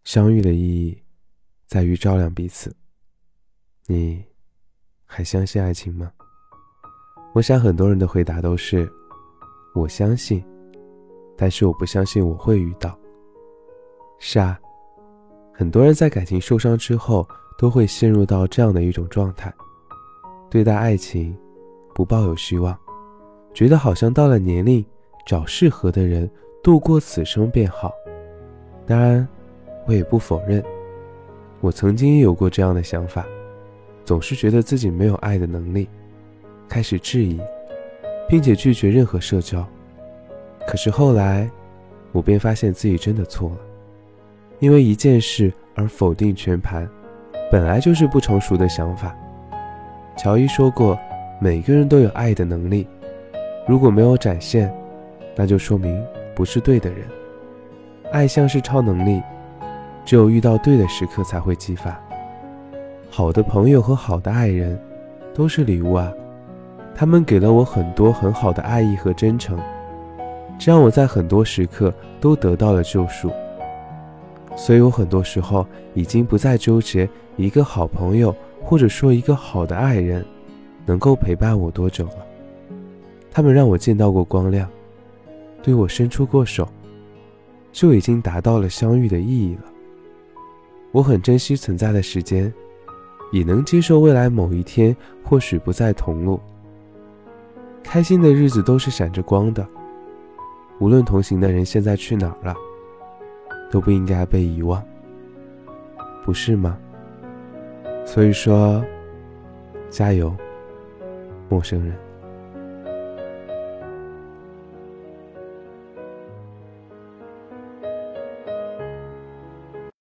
相遇的意义在于照亮彼此。你还相信爱情吗？我想很多人的回答都是我相信，但是我不相信我会遇到。是啊，很多人在感情受伤之后都会陷入到这样的一种状态，对待爱情不抱有希望，觉得好像到了年龄找适合的人度过此生便好。当然我也不否认，我曾经也有过这样的想法，总是觉得自己没有爱的能力，开始质疑并且拒绝任何社交。可是后来我便发现自己真的错了，因为一件事而否定全盘本来就是不成熟的想法。乔伊说过，每个人都有爱的能力，如果没有展现，那就说明不是对的人。爱像是超能力，只有遇到对的时刻才会激发。好的朋友和好的爱人都是礼物啊，他们给了我很多很好的爱意和真诚，这让我在很多时刻都得到了救赎。所以我很多时候已经不再纠结一个好朋友或者说一个好的爱人能够陪伴我多久了。他们让我见到过光亮，对我伸出过手，就已经达到了相遇的意义了。我很珍惜存在的时间，也能接受未来某一天或许不再同路。开心的日子都是闪着光的，无论同行的人现在去哪儿了，都不应该被遗忘，不是吗？所以说，加油，陌生人。